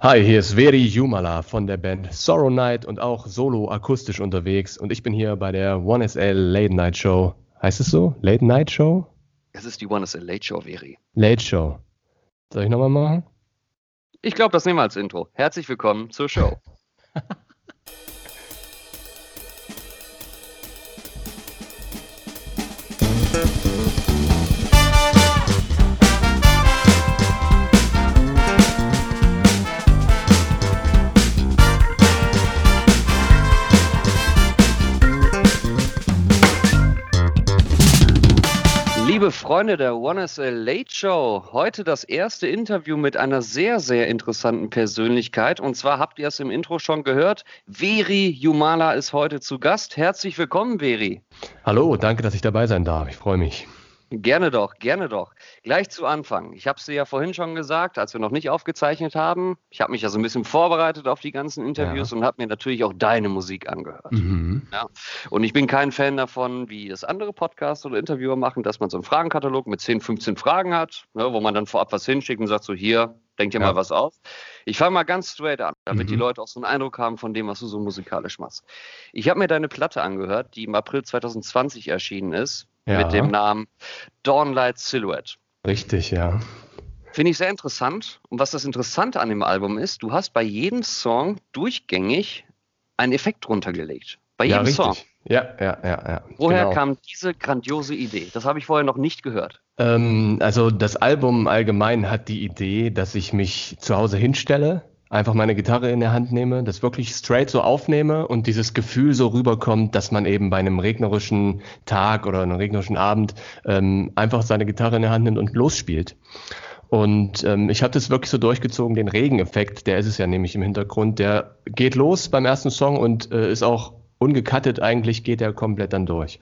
Hi, hier ist Veri Jumala von der Band Sorrow Night und auch solo akustisch unterwegs. Und ich bin hier bei der 1SL Late Night Show. Heißt es so? Late Night Show? Es ist die 1SL Late Show, Veri. Late Show. Soll ich nochmal machen? Ich glaube, das nehmen wir als Intro. Herzlich willkommen zur Show. Liebe Freunde der 1SL Late Show, heute das erste Interview mit einer sehr, sehr interessanten Persönlichkeit. Und zwar habt ihr es im Intro schon gehört, Veri Jumala ist heute zu Gast. Herzlich willkommen, Veri. Hallo, danke, dass ich dabei sein darf. Ich freue mich. Gerne doch, gerne doch. Gleich zu Anfang. Ich habe es dir ja vorhin schon gesagt, als wir noch nicht aufgezeichnet haben. Ich habe mich ja so ein bisschen vorbereitet auf die ganzen Interviews und habe mir natürlich auch deine Musik angehört. Ja. Und ich bin kein Fan davon, wie das andere Podcasts oder Interviewer machen, dass man so einen Fragenkatalog mit 10, 15 Fragen hat, ne, wo man dann vorab was hinschickt und sagt so, hier, denk dir mal was aus. Ich fange mal ganz straight an, damit die Leute auch so einen Eindruck haben von dem, was du so musikalisch machst. Ich habe mir deine Platte angehört, die im April 2020 erschienen ist. Ja. Mit dem Namen Dawnlight Silhouette. Richtig, ja. Finde ich sehr interessant. Und was das Interessante an dem Album ist, du hast bei jedem Song durchgängig einen Effekt runtergelegt. Bei jedem Song. Ja. Woher kam diese grandiose Idee? Das habe ich vorher noch nicht gehört. Also das Album allgemein hat die Idee, dass ich mich zu Hause hinstelle, einfach meine Gitarre in der Hand nehme, das wirklich straight so aufnehme und dieses Gefühl so rüberkommt, dass man eben bei einem regnerischen Tag oder einem regnerischen Abend einfach seine Gitarre in der Hand nimmt und losspielt. Und ich habe das wirklich so durchgezogen, den Regeneffekt, der ist es ja nämlich im Hintergrund, der geht los beim ersten Song und ist auch ungecuttet, eigentlich geht er komplett dann durch.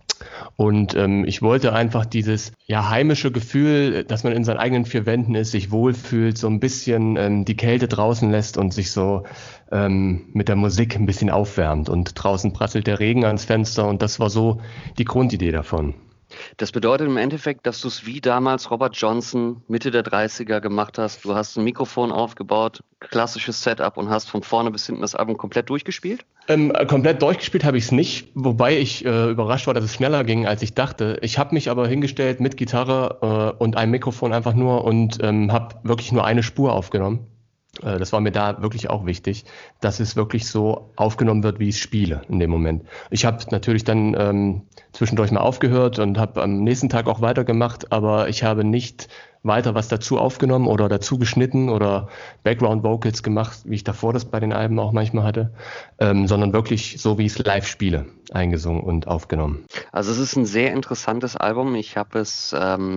Und ich wollte einfach dieses heimische Gefühl, dass man in seinen eigenen vier Wänden ist, sich wohlfühlt, so ein bisschen die Kälte draußen lässt und sich so mit der Musik ein bisschen aufwärmt. Und draußen prasselt der Regen ans Fenster und das war so die Grundidee davon. Das bedeutet im Endeffekt, dass du es wie damals Robert Johnson Mitte der 30er gemacht hast. Du hast ein Mikrofon aufgebaut, klassisches Setup und hast von vorne bis hinten das Album komplett durchgespielt? Komplett durchgespielt habe ich es nicht, wobei ich überrascht war, dass es schneller ging, als ich dachte. Ich habe mich aber hingestellt mit Gitarre und einem Mikrofon einfach nur und habe wirklich nur eine Spur aufgenommen. Das war mir da wirklich auch wichtig, dass es wirklich so aufgenommen wird, wie ich es spiele in dem Moment. Ich habe natürlich dann zwischendurch mal aufgehört und habe am nächsten Tag auch weitergemacht, aber ich habe nicht weiter was dazu aufgenommen oder dazu geschnitten oder Background Vocals gemacht, wie ich davor das bei den Alben auch manchmal hatte, sondern wirklich so, wie ich es live spiele, eingesungen und aufgenommen. Also es ist ein sehr interessantes Album. Ich habe es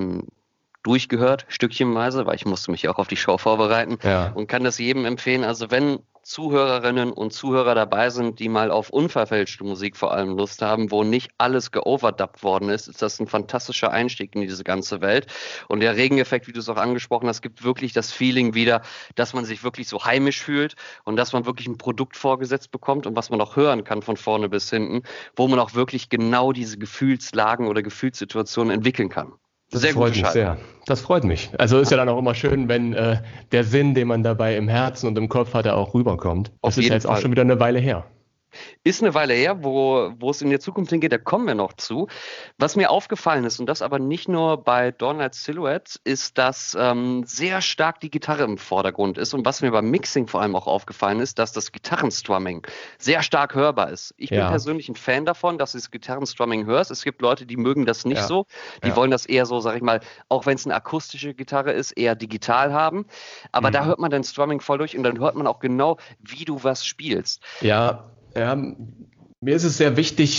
durchgehört, stückchenweise, weil ich musste mich auch auf die Show vorbereiten und kann das jedem empfehlen. Also wenn Zuhörerinnen und Zuhörer dabei sind, die mal auf unverfälschte Musik vor allem Lust haben, wo nicht alles geoverdubbt worden ist, ist das ein fantastischer Einstieg in diese ganze Welt. Und der Regeneffekt, wie du es auch angesprochen hast, gibt wirklich das Feeling wieder, dass man sich wirklich so heimisch fühlt und dass man wirklich ein Produkt vorgesetzt bekommt und was man auch hören kann von vorne bis hinten, wo man auch wirklich genau diese Gefühlslagen oder Gefühlssituationen entwickeln kann. Das freut mich sehr. Das freut mich. Also ist ja dann auch immer schön, wenn der Sinn, den man dabei im Herzen und im Kopf hatte, auch rüberkommt. Das ist ja jetzt auch schon wieder eine Weile her. Ist eine Weile her, wo es in der Zukunft hingeht, da kommen wir noch zu. Was mir aufgefallen ist, und das aber nicht nur bei Dawnlight Silhouette, ist, dass sehr stark die Gitarre im Vordergrund ist. Und was mir beim Mixing vor allem auch aufgefallen ist, dass das Gitarrenstrumming sehr stark hörbar ist. Ich bin persönlich ein Fan davon, dass du das Gitarrenstrumming hörst. Es gibt Leute, die mögen das nicht so. Die wollen das eher so, sag ich mal, auch wenn es eine akustische Gitarre ist, eher digital haben. Aber da hört man dein Strumming voll durch und dann hört man auch genau, wie du was spielst. Ja, mir ist es sehr wichtig,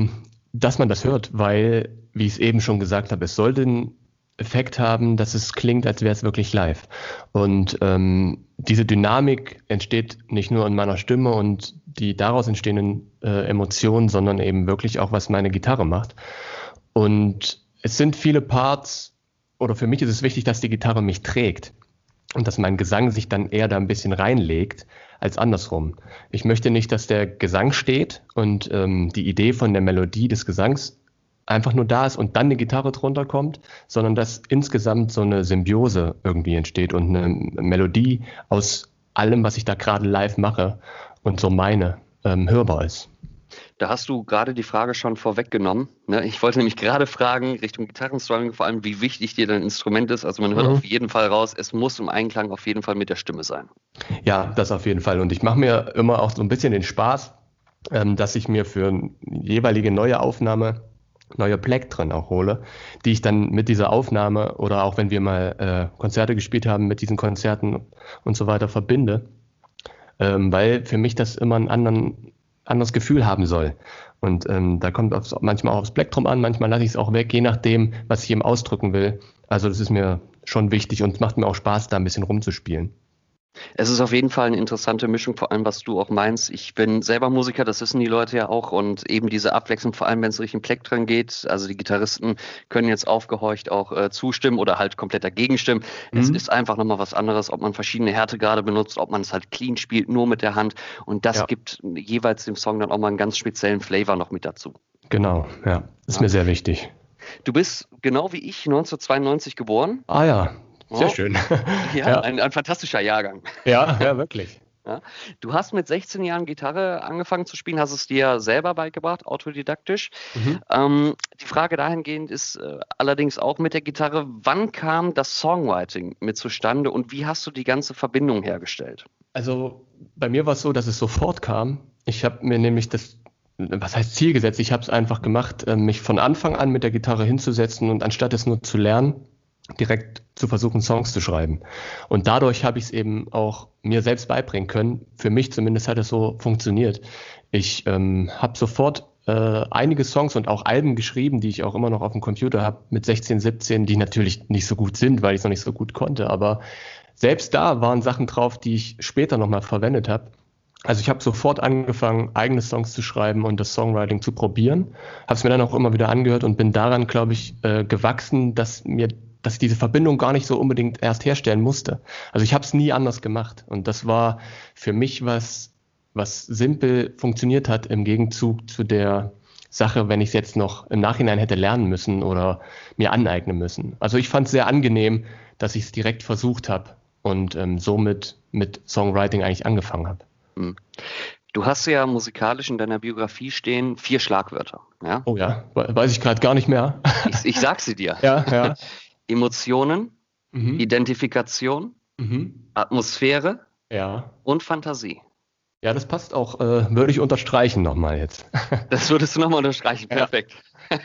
dass man das hört, weil, wie ich es eben schon gesagt habe, es soll den Effekt haben, dass es klingt, als wäre es wirklich live. Und diese Dynamik entsteht nicht nur in meiner Stimme und die daraus entstehenden Emotionen, sondern eben wirklich auch, was meine Gitarre macht. Und es sind viele Parts, oder für mich ist es wichtig, dass die Gitarre mich trägt. Und dass mein Gesang sich dann eher da ein bisschen reinlegt, als andersrum. Ich möchte nicht, dass der Gesang steht und die Idee von der Melodie des Gesangs einfach nur da ist und dann eine Gitarre drunter kommt, sondern dass insgesamt so eine Symbiose irgendwie entsteht und eine Melodie aus allem, was ich da gerade live mache und so meine, hörbar ist. Da hast du gerade die Frage schon vorweggenommen. Ne? Ich wollte nämlich gerade fragen, Richtung Gitarrenstrumming vor allem, wie wichtig dir dein Instrument ist. Also man hört auf jeden Fall raus, es muss im Einklang auf jeden Fall mit der Stimme sein. Ja, das auf jeden Fall. Und ich mache mir immer auch so ein bisschen den Spaß, dass ich mir für eine jeweilige neue Aufnahme neue Plektren auch hole, die ich dann mit dieser Aufnahme oder auch wenn wir mal Konzerte gespielt haben, mit diesen Konzerten und so weiter verbinde, weil für mich das immer ein anderes Gefühl haben soll. Und da kommt es manchmal auch aufs Plektrum an, manchmal lasse ich es auch weg, je nachdem, was ich eben ausdrücken will. Also das ist mir schon wichtig und es macht mir auch Spaß, da ein bisschen rumzuspielen. Es ist auf jeden Fall eine interessante Mischung, vor allem was du auch meinst. Ich bin selber Musiker, das wissen die Leute ja auch, und eben diese Abwechslung, vor allem wenn es Richtung Plektren geht. Also die Gitarristen können jetzt aufgehorcht auch zustimmen oder halt komplett dagegen stimmen. Es ist einfach nochmal was anderes, ob man verschiedene Härtegrade benutzt, ob man es halt clean spielt, nur mit der Hand. Und das gibt jeweils dem Song dann auch mal einen ganz speziellen Flavor noch mit dazu. Genau, ja, ist mir sehr wichtig. Du bist genau wie ich 1992 geboren. Ah ja. Sehr schön. Ja, ein fantastischer Jahrgang. Ja, wirklich. Ja. Du hast mit 16 Jahren Gitarre angefangen zu spielen, hast es dir selber beigebracht, autodidaktisch. Die Frage dahingehend ist allerdings auch mit der Gitarre, wann kam das Songwriting mit zustande und wie hast du die ganze Verbindung hergestellt? Also bei mir war es so, dass es sofort kam. Ich habe mir nämlich was heißt Ziel gesetzt? Ich habe es einfach gemacht, mich von Anfang an mit der Gitarre hinzusetzen und anstatt es nur zu lernen, direkt zu versuchen, Songs zu schreiben. Und dadurch habe ich es eben auch mir selbst beibringen können. Für mich zumindest hat es so funktioniert. Ich habe sofort einige Songs und auch Alben geschrieben, die ich auch immer noch auf dem Computer habe, mit 16, 17, die natürlich nicht so gut sind, weil ich es noch nicht so gut konnte. Aber selbst da waren Sachen drauf, die ich später nochmal verwendet habe. Also ich habe sofort angefangen, eigene Songs zu schreiben und das Songwriting zu probieren. Habe es mir dann auch immer wieder angehört und bin daran, glaube ich, gewachsen, dass ich diese Verbindung gar nicht so unbedingt erst herstellen musste. Also ich habe es nie anders gemacht. Und das war für mich was simpel funktioniert hat im Gegenzug zu der Sache, wenn ich es jetzt noch im Nachhinein hätte lernen müssen oder mir aneignen müssen. Also ich fand es sehr angenehm, dass ich es direkt versucht habe und somit mit Songwriting eigentlich angefangen habe. Du hast ja musikalisch in deiner Biografie stehen 4 Schlagwörter. Ja? Oh ja, weiß ich gerade gar nicht mehr. Ich sag sie dir. Ja. Emotionen, Identifikation, Atmosphäre und Fantasie. Ja, das passt auch, würde ich unterstreichen nochmal jetzt. Das würdest du nochmal unterstreichen, perfekt.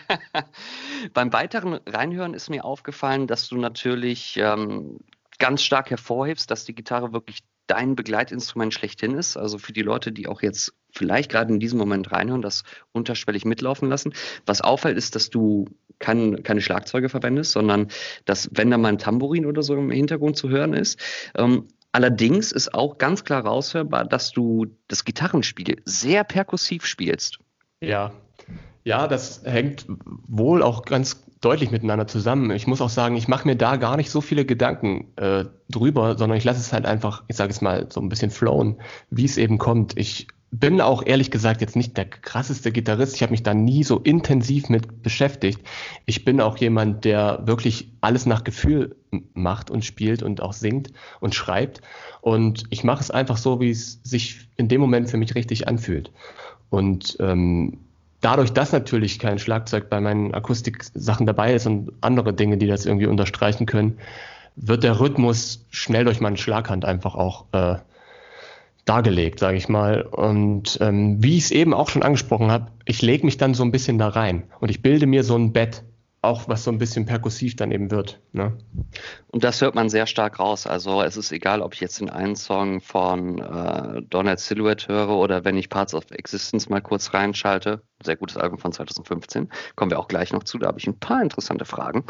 Beim weiteren Reinhören ist mir aufgefallen, dass du natürlich ganz stark hervorhebst, dass die Gitarre wirklich dein Begleitinstrument schlechthin ist. Also für die Leute, die auch jetzt vielleicht gerade in diesem Moment reinhören, das unterschwellig mitlaufen lassen. Was auffällt, ist, dass du keine Schlagzeuge verwendest, sondern dass, wenn da mal ein Tambourin oder so im Hintergrund zu hören ist. Allerdings ist auch ganz klar raushörbar, dass du das Gitarrenspiel sehr perkussiv spielst. Ja, das hängt wohl auch ganz deutlich miteinander zusammen. Ich muss auch sagen, ich mache mir da gar nicht so viele Gedanken drüber, sondern ich lasse es halt einfach, ich sage es mal, so ein bisschen flowen, wie es eben kommt. Ich bin auch ehrlich gesagt jetzt nicht der krasseste Gitarrist. Ich habe mich da nie so intensiv mit beschäftigt. Ich bin auch jemand, der wirklich alles nach Gefühl macht und spielt und auch singt und schreibt. Und ich mache es einfach so, wie es sich in dem Moment für mich richtig anfühlt. Und dadurch, dass natürlich kein Schlagzeug bei meinen Akustiksachen dabei ist und andere Dinge, die das irgendwie unterstreichen können, wird der Rhythmus schnell durch meine Schlaghand einfach auch dargelegt, sage ich mal. Und wie ich es eben auch schon angesprochen habe, ich lege mich dann so ein bisschen da rein und ich bilde mir so ein Bett, auch was so ein bisschen perkussiv dann eben wird. Ne? Und das hört man sehr stark raus. Also es ist egal, ob ich jetzt den einen Song von Donald Silhouette höre oder wenn ich Parts of Existence mal kurz reinschalte. Sehr gutes Album von 2015. Kommen wir auch gleich noch zu. Da habe ich ein paar interessante Fragen.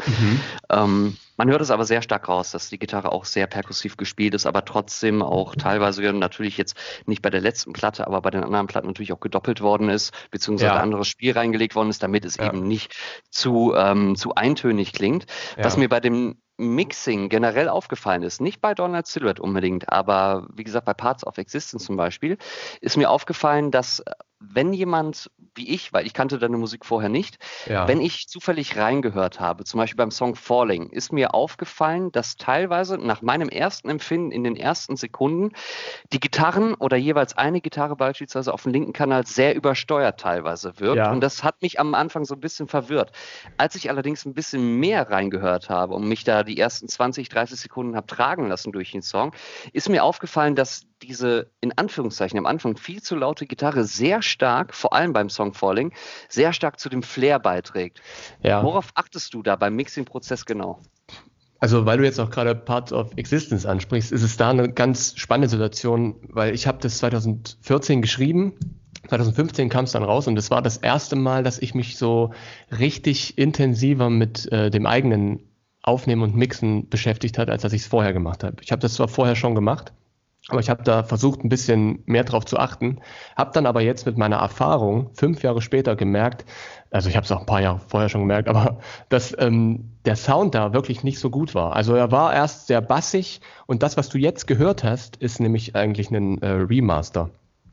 Man hört es aber sehr stark raus, dass die Gitarre auch sehr perkussiv gespielt ist, aber trotzdem auch teilweise natürlich jetzt nicht bei der letzten Platte, aber bei den anderen Platten natürlich auch gedoppelt worden ist, beziehungsweise ein anderes Spiel reingelegt worden ist, damit es eben nicht zu eintönig klingt. Was mir bei dem Mixing generell aufgefallen ist, nicht bei Donald Silhouette unbedingt, aber wie gesagt bei Parts of Existence zum Beispiel, ist mir aufgefallen, dass wenn jemand wie ich, weil ich kannte deine Musik vorher nicht, wenn ich zufällig reingehört habe, zum Beispiel beim Song Falling, ist mir aufgefallen, dass teilweise nach meinem ersten Empfinden in den ersten Sekunden die Gitarren oder jeweils eine Gitarre beispielsweise auf dem linken Kanal sehr übersteuert teilweise wirkt. Und das hat mich am Anfang so ein bisschen verwirrt. Als ich allerdings ein bisschen mehr reingehört habe und mich da die ersten 20, 30 Sekunden habe tragen lassen durch den Song, ist mir aufgefallen, dass diese, in Anführungszeichen, am Anfang viel zu laute Gitarre sehr stark, vor allem beim Song Falling, sehr stark zu dem Flair beiträgt. Ja. Worauf achtest du da beim Mixing-Prozess genau? Also weil du jetzt auch gerade Part of Existence ansprichst, ist es da eine ganz spannende Situation, weil ich habe das 2014 geschrieben, 2015 kam es dann raus und das war das erste Mal, dass ich mich so richtig intensiver mit dem eigenen Aufnehmen und Mixen beschäftigt hat, als dass ich es vorher gemacht habe. Ich habe das zwar vorher schon gemacht, aber ich habe da versucht, ein bisschen mehr drauf zu achten, habe dann aber jetzt mit meiner Erfahrung 5 Jahre später gemerkt, also ich habe es auch ein paar Jahre vorher schon gemerkt, aber dass der Sound da wirklich nicht so gut war. Also er war erst sehr bassig und das, was du jetzt gehört hast, ist nämlich eigentlich ein Remaster.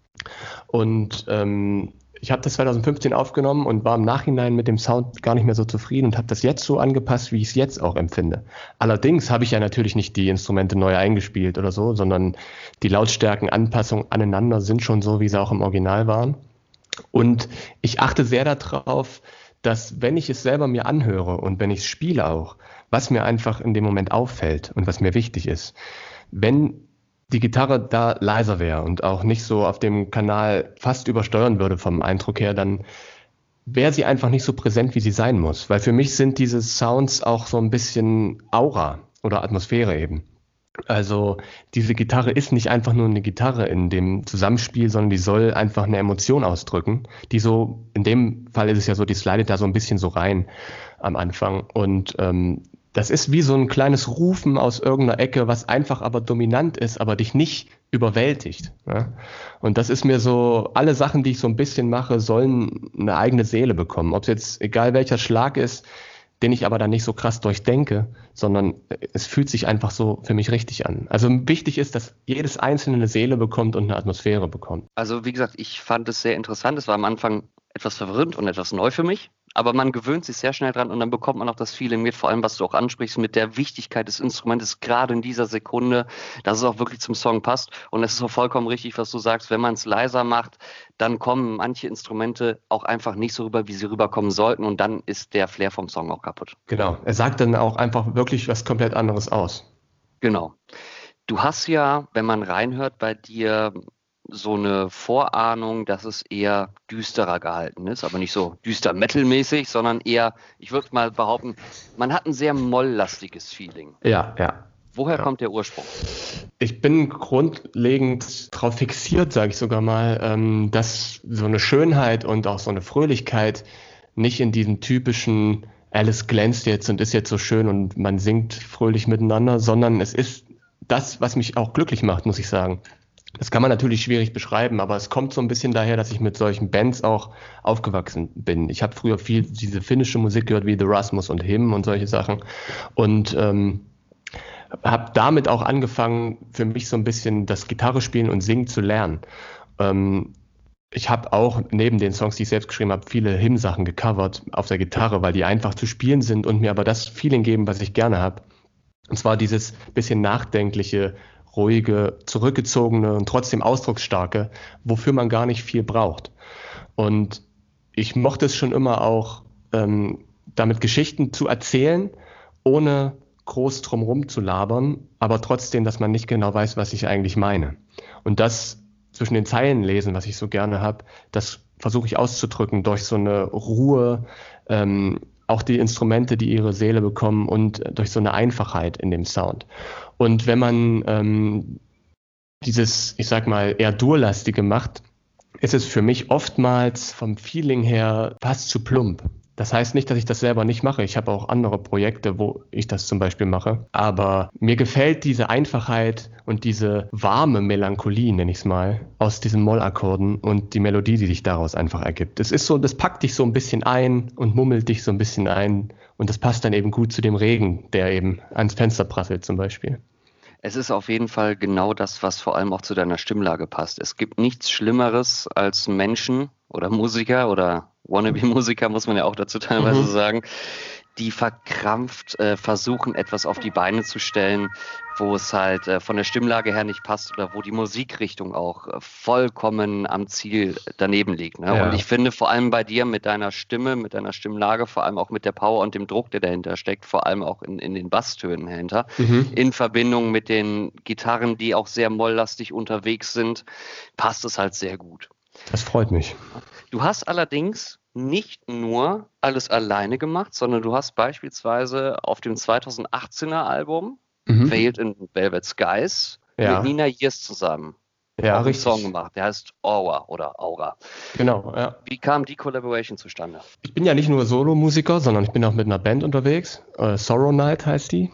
Und ich habe das 2015 aufgenommen und war im Nachhinein mit dem Sound gar nicht mehr so zufrieden und habe das jetzt so angepasst, wie ich es jetzt auch empfinde. Allerdings habe ich ja natürlich nicht die Instrumente neu eingespielt oder so, sondern die Lautstärkenanpassungen aneinander sind schon so, wie sie auch im Original waren. Und ich achte sehr darauf, dass wenn ich es selber mir anhöre und wenn ich es spiele auch, was mir einfach in dem Moment auffällt und was mir wichtig ist, wenn die Gitarre da leiser wäre und auch nicht so auf dem Kanal fast übersteuern würde vom Eindruck her, dann wäre sie einfach nicht so präsent, wie sie sein muss. Weil für mich sind diese Sounds auch so ein bisschen Aura oder Atmosphäre eben. Also diese Gitarre ist nicht einfach nur eine Gitarre in dem Zusammenspiel, sondern die soll einfach eine Emotion ausdrücken, die so, in dem Fall ist es ja so, die slidet da so ein bisschen so rein am Anfang und das ist wie so ein kleines Rufen aus irgendeiner Ecke, was einfach aber dominant ist, aber dich nicht überwältigt. Ja? Und das ist mir so, alle Sachen, die ich so ein bisschen mache, sollen eine eigene Seele bekommen. Ob es jetzt, egal welcher Schlag ist, den ich aber dann nicht so krass durchdenke, sondern es fühlt sich einfach so für mich richtig an. Also wichtig ist, dass jedes Einzelne eine Seele bekommt und eine Atmosphäre bekommt. Also wie gesagt, ich fand es sehr interessant. Es war am Anfang etwas verwirrend und etwas neu für mich. Aber man gewöhnt sich sehr schnell dran und dann bekommt man auch das Feeling mit, vor allem was du auch ansprichst, mit der Wichtigkeit des Instrumentes, gerade in dieser Sekunde, dass es auch wirklich zum Song passt. Und es ist auch vollkommen richtig, was du sagst, wenn man es leiser macht, dann kommen manche Instrumente auch einfach nicht so rüber, wie sie rüberkommen sollten und dann ist der Flair vom Song auch kaputt. Genau, er sagt dann auch einfach wirklich was komplett anderes aus. Genau. Du hast ja, wenn man reinhört bei dir, so eine Vorahnung, dass es eher düsterer gehalten ist, aber nicht so düster metalmäßig, sondern eher, ich würde mal behaupten, man hat ein sehr molllastiges Feeling. Ja. Woher kommt der Ursprung? Ich bin grundlegend darauf fixiert, sage ich sogar mal, dass so eine Schönheit und auch so eine Fröhlichkeit nicht in diesem typischen Alice glänzt jetzt und ist jetzt so schön und man singt fröhlich miteinander, sondern es ist das, was mich auch glücklich macht, muss ich sagen. Das kann man natürlich schwierig beschreiben, aber es kommt so ein bisschen daher, dass ich mit solchen Bands auch aufgewachsen bin. Ich habe früher viel diese finnische Musik gehört, wie The Rasmus und Him und solche Sachen und habe damit auch angefangen, für mich so ein bisschen das Gitarre spielen und Singen zu lernen. Ich habe auch neben den Songs, die ich selbst geschrieben habe, viele Him-Sachen gecovert auf der Gitarre, weil die einfach zu spielen sind und mir aber das Feeling geben, was ich gerne habe. Und zwar dieses bisschen nachdenkliche, ruhige, zurückgezogene und trotzdem ausdrucksstarke, wofür man gar nicht viel braucht. Und ich mochte es schon immer auch, damit Geschichten zu erzählen, ohne groß drumherum zu labern, aber trotzdem, dass man nicht genau weiß, was ich eigentlich meine. Und das zwischen den Zeilen lesen, was ich so gerne habe, das versuche ich auszudrücken durch so eine Ruhe, auch die Instrumente, die ihre Seele bekommen und durch so eine Einfachheit in dem Sound. Und wenn man dieses, ich sag mal, eher Durlastige macht, ist es für mich oftmals vom Feeling her fast zu plump. Das heißt nicht, dass ich das selber nicht mache. Ich habe auch andere Projekte, wo ich das zum Beispiel mache. Aber mir gefällt diese Einfachheit und diese warme Melancholie, nenne ich es mal, aus diesen Mollakkorden und die Melodie, die sich daraus einfach ergibt. Es ist so, das packt dich so ein bisschen ein und mummelt dich so ein bisschen ein. Und das passt dann eben gut zu dem Regen, der eben ans Fenster prasselt zum Beispiel. Es ist auf jeden Fall genau das, was vor allem auch zu deiner Stimmlage passt. Es gibt nichts Schlimmeres als Menschen oder Musiker oder Wannabe-Musiker, muss man ja auch dazu teilweise sagen, die verkrampft versuchen, etwas auf die Beine zu stellen, wo es halt von der Stimmlage her nicht passt oder wo die Musikrichtung auch vollkommen am Ziel daneben liegt. Ne? Ja. Und ich finde vor allem bei dir mit deiner Stimme, mit deiner Stimmlage, vor allem auch mit der Power und dem Druck, der dahinter steckt, vor allem auch in den Basstönen dahinter, in Verbindung mit den Gitarren, die auch sehr molllastig unterwegs sind, passt es halt sehr gut. Das freut mich. Du hast allerdings nicht nur alles alleine gemacht, sondern du hast beispielsweise auf dem 2018er Album Veiled in Velvet Skies mit Nina Yiers zusammen einen Song gemacht. Der heißt Aura oder Aura. Genau, ja. Wie kam die Collaboration zustande? Ich bin ja nicht nur Solo-Musiker, sondern ich bin auch mit einer Band unterwegs. Sorrow Night heißt die.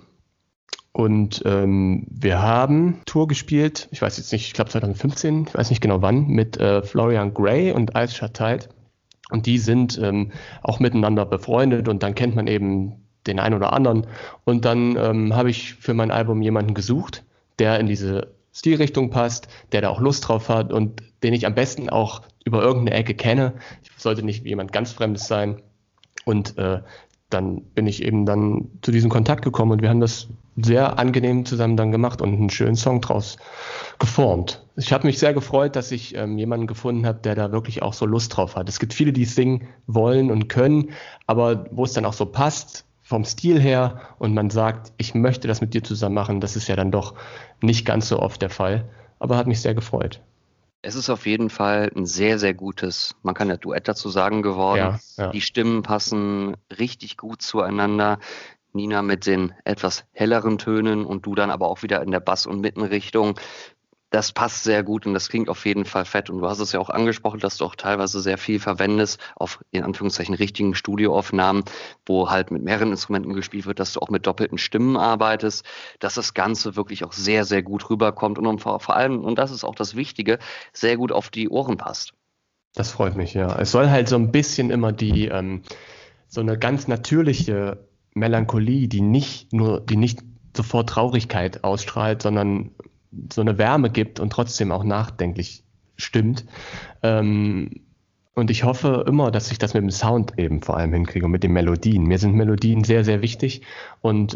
Und wir haben Tour gespielt, ich weiß jetzt nicht, ich glaube 2015, ich weiß nicht genau wann, mit Florian Grey und Ice Shut Tide. Und die sind auch miteinander befreundet und dann kennt man eben den einen oder anderen. Und dann habe ich für mein Album jemanden gesucht, der in diese Stilrichtung passt, der da auch Lust drauf hat und den ich am besten auch über irgendeine Ecke kenne. Ich sollte nicht jemand ganz Fremdes sein. Und dann bin ich eben dann zu diesem Kontakt gekommen und wir haben das sehr angenehm zusammen dann gemacht und einen schönen Song draus geformt. Ich habe mich sehr gefreut, dass ich jemanden gefunden habe, der da wirklich auch so Lust drauf hat. Es gibt viele, die singen wollen und können, aber wo es dann auch so passt vom Stil her und man sagt, ich möchte das mit dir zusammen machen, das ist ja dann doch nicht ganz so oft der Fall, aber hat mich sehr gefreut. Es ist auf jeden Fall ein sehr, sehr gutes, man kann ja Duett dazu sagen, geworden. Ja. Die Stimmen passen richtig gut zueinander. Nina mit den etwas helleren Tönen und du dann aber auch wieder in der Bass- und Mittenrichtung. Das passt sehr gut und das klingt auf jeden Fall fett. Und du hast es ja auch angesprochen, dass du auch teilweise sehr viel verwendest auf in Anführungszeichen richtigen Studioaufnahmen, wo halt mit mehreren Instrumenten gespielt wird, dass du auch mit doppelten Stimmen arbeitest, dass das Ganze wirklich auch sehr, sehr gut rüberkommt und vor allem, und das ist auch das Wichtige, sehr gut auf die Ohren passt. Das freut mich, ja. Es soll halt so ein bisschen immer so eine ganz natürliche Melancholie, die nicht sofort Traurigkeit ausstrahlt, sondern so eine Wärme gibt und trotzdem auch nachdenklich stimmt. Und ich hoffe immer, dass ich das mit dem Sound eben vor allem hinkriege und mit den Melodien. Mir sind Melodien sehr, sehr wichtig und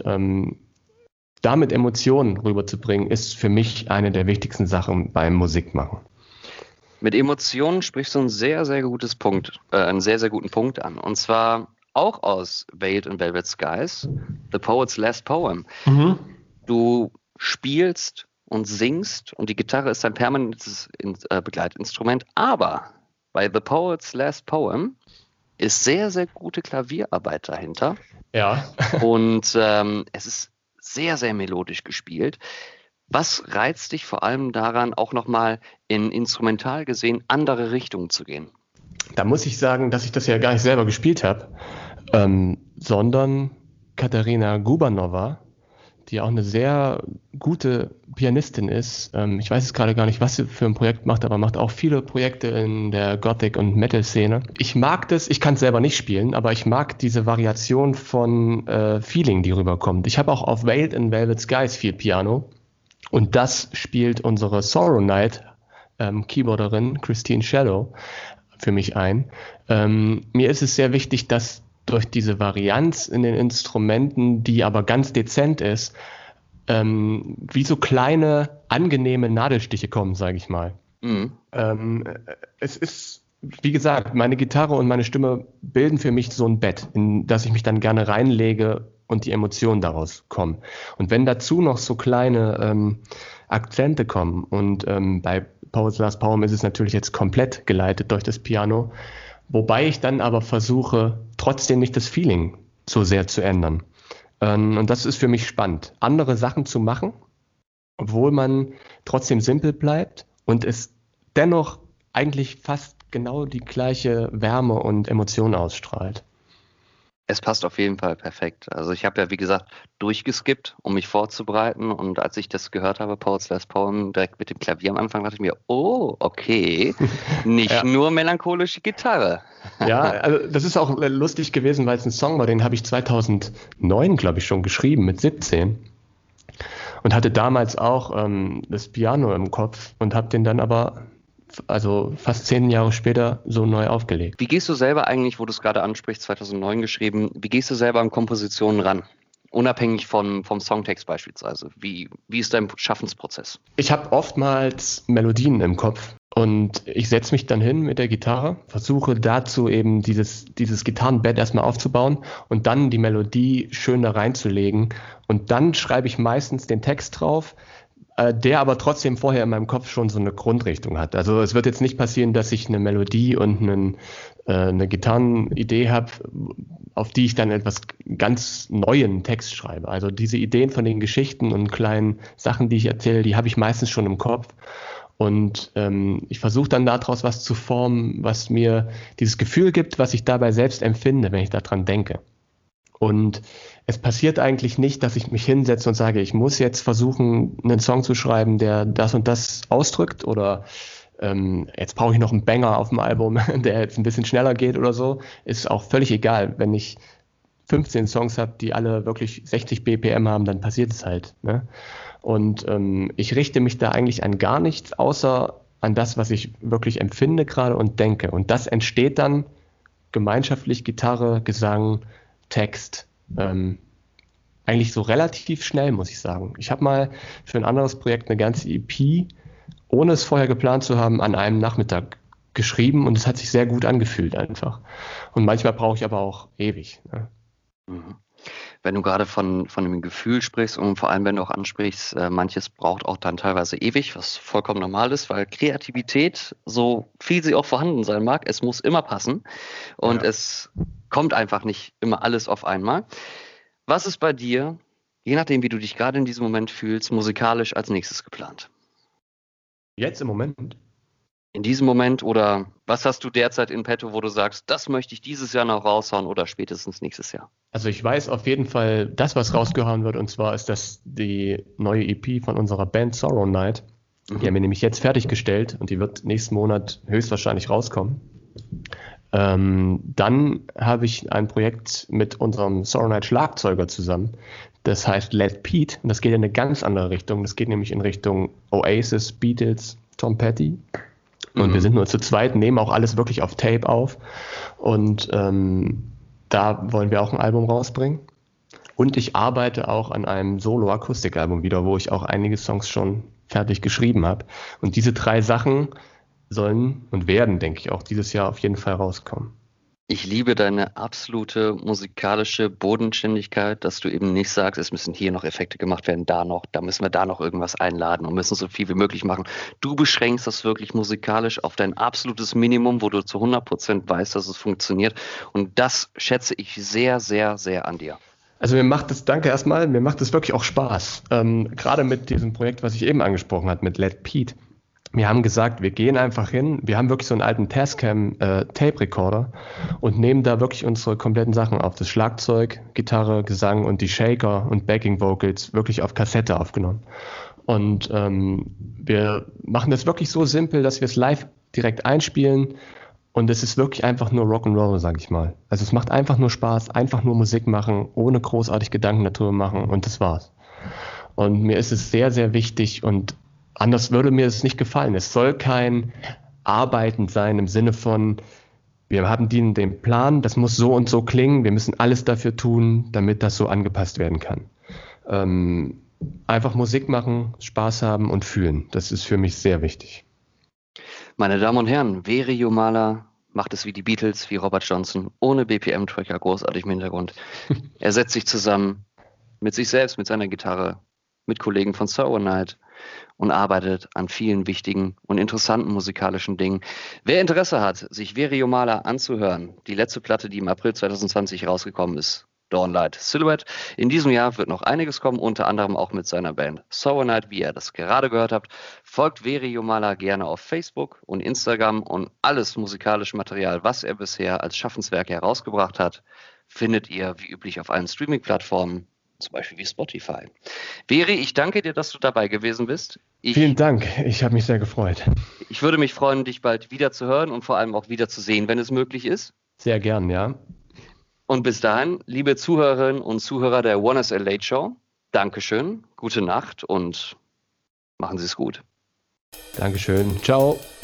damit Emotionen rüberzubringen, ist für mich eine der wichtigsten Sachen beim Musikmachen. Mit Emotionen sprichst du einen sehr, sehr guten Punkt an. Und zwar auch aus Veiled in Velvet Skies, The Poet's Last Poem. Du spielst und singst und die Gitarre ist ein permanentes Begleitinstrument, aber bei The Poet's Last Poem ist sehr, sehr gute Klavierarbeit dahinter. Ja. Und es ist sehr, sehr melodisch gespielt. Was reizt dich vor allem daran, auch nochmal in instrumental gesehen andere Richtungen zu gehen? Da muss ich sagen, dass ich das ja gar nicht selber gespielt habe, sondern Katarina Gubanova, die auch eine sehr gute Pianistin ist. Ich weiß jetzt gerade gar nicht, was sie für ein Projekt macht, aber macht auch viele Projekte in der Gothic- und Metal-Szene. Ich mag das, ich kann es selber nicht spielen, aber ich mag diese Variation von Feeling, die rüberkommt. Ich habe auch auf Veiled in Velvet Skies viel Piano und das spielt unsere Sorrow Night Keyboarderin Christine Shallow für mich ein. Mir ist es sehr wichtig, dass durch diese Varianz in den Instrumenten, die aber ganz dezent ist, wie so kleine, angenehme Nadelstiche kommen, sage ich mal. Es ist, wie gesagt, meine Gitarre und meine Stimme bilden für mich so ein Bett, in das ich mich dann gerne reinlege und die Emotionen daraus kommen. Und wenn dazu noch so kleine Akzente kommen und bei Poet's Last Poem ist es natürlich jetzt komplett geleitet durch das Piano, wobei ich dann aber versuche, trotzdem nicht das Feeling so sehr zu ändern. Und das ist für mich spannend, andere Sachen zu machen, obwohl man trotzdem simpel bleibt und es dennoch eigentlich fast genau die gleiche Wärme und Emotion ausstrahlt. Es passt auf jeden Fall perfekt. Also ich habe ja, wie gesagt, durchgeskippt, um mich vorzubereiten. Und als ich das gehört habe, Poet's Last Poem, direkt mit dem Klavier am Anfang, dachte ich mir, oh, okay, nicht nur melancholische Gitarre. Ja, also das ist auch lustig gewesen, weil es ein Song war, den habe ich 2009, glaube ich, schon geschrieben, mit 17. Und hatte damals auch das Piano im Kopf und habe den dann aber also fast 10 Jahre später so neu aufgelegt. Wie gehst du selber eigentlich, wo du es gerade ansprichst, 2009 geschrieben, wie gehst du selber an Kompositionen ran? Unabhängig vom Songtext beispielsweise. Wie ist dein Schaffensprozess? Ich habe oftmals Melodien im Kopf und ich setze mich dann hin mit der Gitarre, versuche dazu eben dieses Gitarrenbett erstmal aufzubauen und dann die Melodie schön da reinzulegen. Und dann schreibe ich meistens den Text drauf, der aber trotzdem vorher in meinem Kopf schon so eine Grundrichtung hat. Also es wird jetzt nicht passieren, dass ich eine Melodie und eine Gitarrenidee habe, auf die ich dann etwas ganz neuen Text schreibe. Also diese Ideen von den Geschichten und kleinen Sachen, die ich erzähle, die habe ich meistens schon im Kopf. Und ich versuche dann daraus was zu formen, was mir dieses Gefühl gibt, was ich dabei selbst empfinde, wenn ich daran denke. Und es passiert eigentlich nicht, dass ich mich hinsetze und sage, ich muss jetzt versuchen, einen Song zu schreiben, der das und das ausdrückt oder jetzt brauche ich noch einen Banger auf dem Album, der jetzt ein bisschen schneller geht oder so. Ist auch völlig egal. Wenn ich 15 Songs habe, die alle wirklich 60 BPM haben, dann passiert es halt. Ne? Und ich richte mich da eigentlich an gar nichts, außer an das, was ich wirklich empfinde gerade und denke. Und das entsteht dann gemeinschaftlich, Gitarre, Gesang, Text, eigentlich so relativ schnell, muss ich sagen. Ich habe mal für ein anderes Projekt eine ganze EP, ohne es vorher geplant zu haben, an einem Nachmittag geschrieben und es hat sich sehr gut angefühlt einfach. Und manchmal brauche ich aber auch ewig. Ne? Wenn du gerade von einem Gefühl sprichst und vor allem, wenn du auch ansprichst, manches braucht auch dann teilweise ewig, was vollkommen normal ist, weil Kreativität, so viel sie auch vorhanden sein mag, es muss immer passen und es kommt einfach nicht immer alles auf einmal. Was ist bei dir, je nachdem, wie du dich gerade in diesem Moment fühlst, musikalisch als nächstes geplant? Jetzt im Moment? In diesem Moment oder was hast du derzeit in petto, wo du sagst, das möchte ich dieses Jahr noch raushauen oder spätestens nächstes Jahr? Also ich weiß auf jeden Fall, das, was rausgehauen wird, und zwar ist das die neue EP von unserer Band Sorrow Night. Die haben wir nämlich jetzt fertiggestellt und die wird nächsten Monat höchstwahrscheinlich rauskommen. Dann habe ich ein Projekt mit unserem Sorrow Night Schlagzeuger zusammen. Das heißt Let Pete und das geht in eine ganz andere Richtung. Das geht nämlich in Richtung Oasis, Beatles, Tom Petty. Und wir sind nur zu zweit, nehmen auch alles wirklich auf Tape auf. Und da wollen wir auch ein Album rausbringen. Und ich arbeite auch an einem Solo-Akustik-Album wieder, wo ich auch einige Songs schon fertig geschrieben habe. Und diese 3 Sachen sollen und werden, denke ich, auch dieses Jahr auf jeden Fall rauskommen. Ich liebe deine absolute musikalische Bodenständigkeit, dass du eben nicht sagst, es müssen hier noch Effekte gemacht werden, da müssen wir da noch irgendwas einladen und müssen so viel wie möglich machen. Du beschränkst das wirklich musikalisch auf dein absolutes Minimum, wo du zu 100% weißt, dass es funktioniert. Und das schätze ich sehr, sehr, sehr an dir. Also danke erstmal, mir macht es wirklich auch Spaß. Gerade mit diesem Projekt, was ich eben angesprochen habe, mit Let Pete. Wir haben gesagt, wir gehen einfach hin, wir haben wirklich so einen alten Tascam Tape Recorder und nehmen da wirklich unsere kompletten Sachen auf. Das Schlagzeug, Gitarre, Gesang und die Shaker und Backing Vocals wirklich auf Kassette aufgenommen. Und wir machen das wirklich so simpel, dass wir es live direkt einspielen und es ist wirklich einfach nur Rock'n'Roll, sag ich mal. Also es macht einfach nur Spaß, einfach nur Musik machen, ohne großartig Gedanken darüber machen und das war's. Und mir ist es sehr, sehr wichtig und anders würde mir es nicht gefallen. Es soll kein Arbeiten sein im Sinne von, wir haben den Plan, das muss so und so klingen, wir müssen alles dafür tun, damit das so angepasst werden kann. Einfach Musik machen, Spaß haben und fühlen. Das ist für mich sehr wichtig. Meine Damen und Herren, Veri Jomala macht es wie die Beatles, wie Robert Johnson, ohne BPM-Tracker, großartig im Hintergrund. Er setzt sich zusammen mit sich selbst, mit seiner Gitarre, mit Kollegen von Sorrow Night und arbeitet an vielen wichtigen und interessanten musikalischen Dingen. Wer Interesse hat, sich Veri Jomala anzuhören, die letzte Platte, die im April 2020 rausgekommen ist, Dawnlight Silhouette. In diesem Jahr wird noch einiges kommen, unter anderem auch mit seiner Band Sorrow Night, wie ihr das gerade gehört habt. Folgt Veri Jomala gerne auf Facebook und Instagram und alles musikalische Material, was er bisher als Schaffenswerk herausgebracht hat, findet ihr wie üblich auf allen Streaming-Plattformen, zum Beispiel wie Spotify. Veri, ich danke dir, dass du dabei gewesen bist. Vielen Dank, ich habe mich sehr gefreut. Ich würde mich freuen, dich bald wieder zu hören und vor allem auch wieder zu sehen, wenn es möglich ist. Sehr gern, ja. Und bis dahin, liebe Zuhörerinnen und Zuhörer der One is a Late Show, Dankeschön, gute Nacht und machen Sie es gut. Dankeschön. Ciao.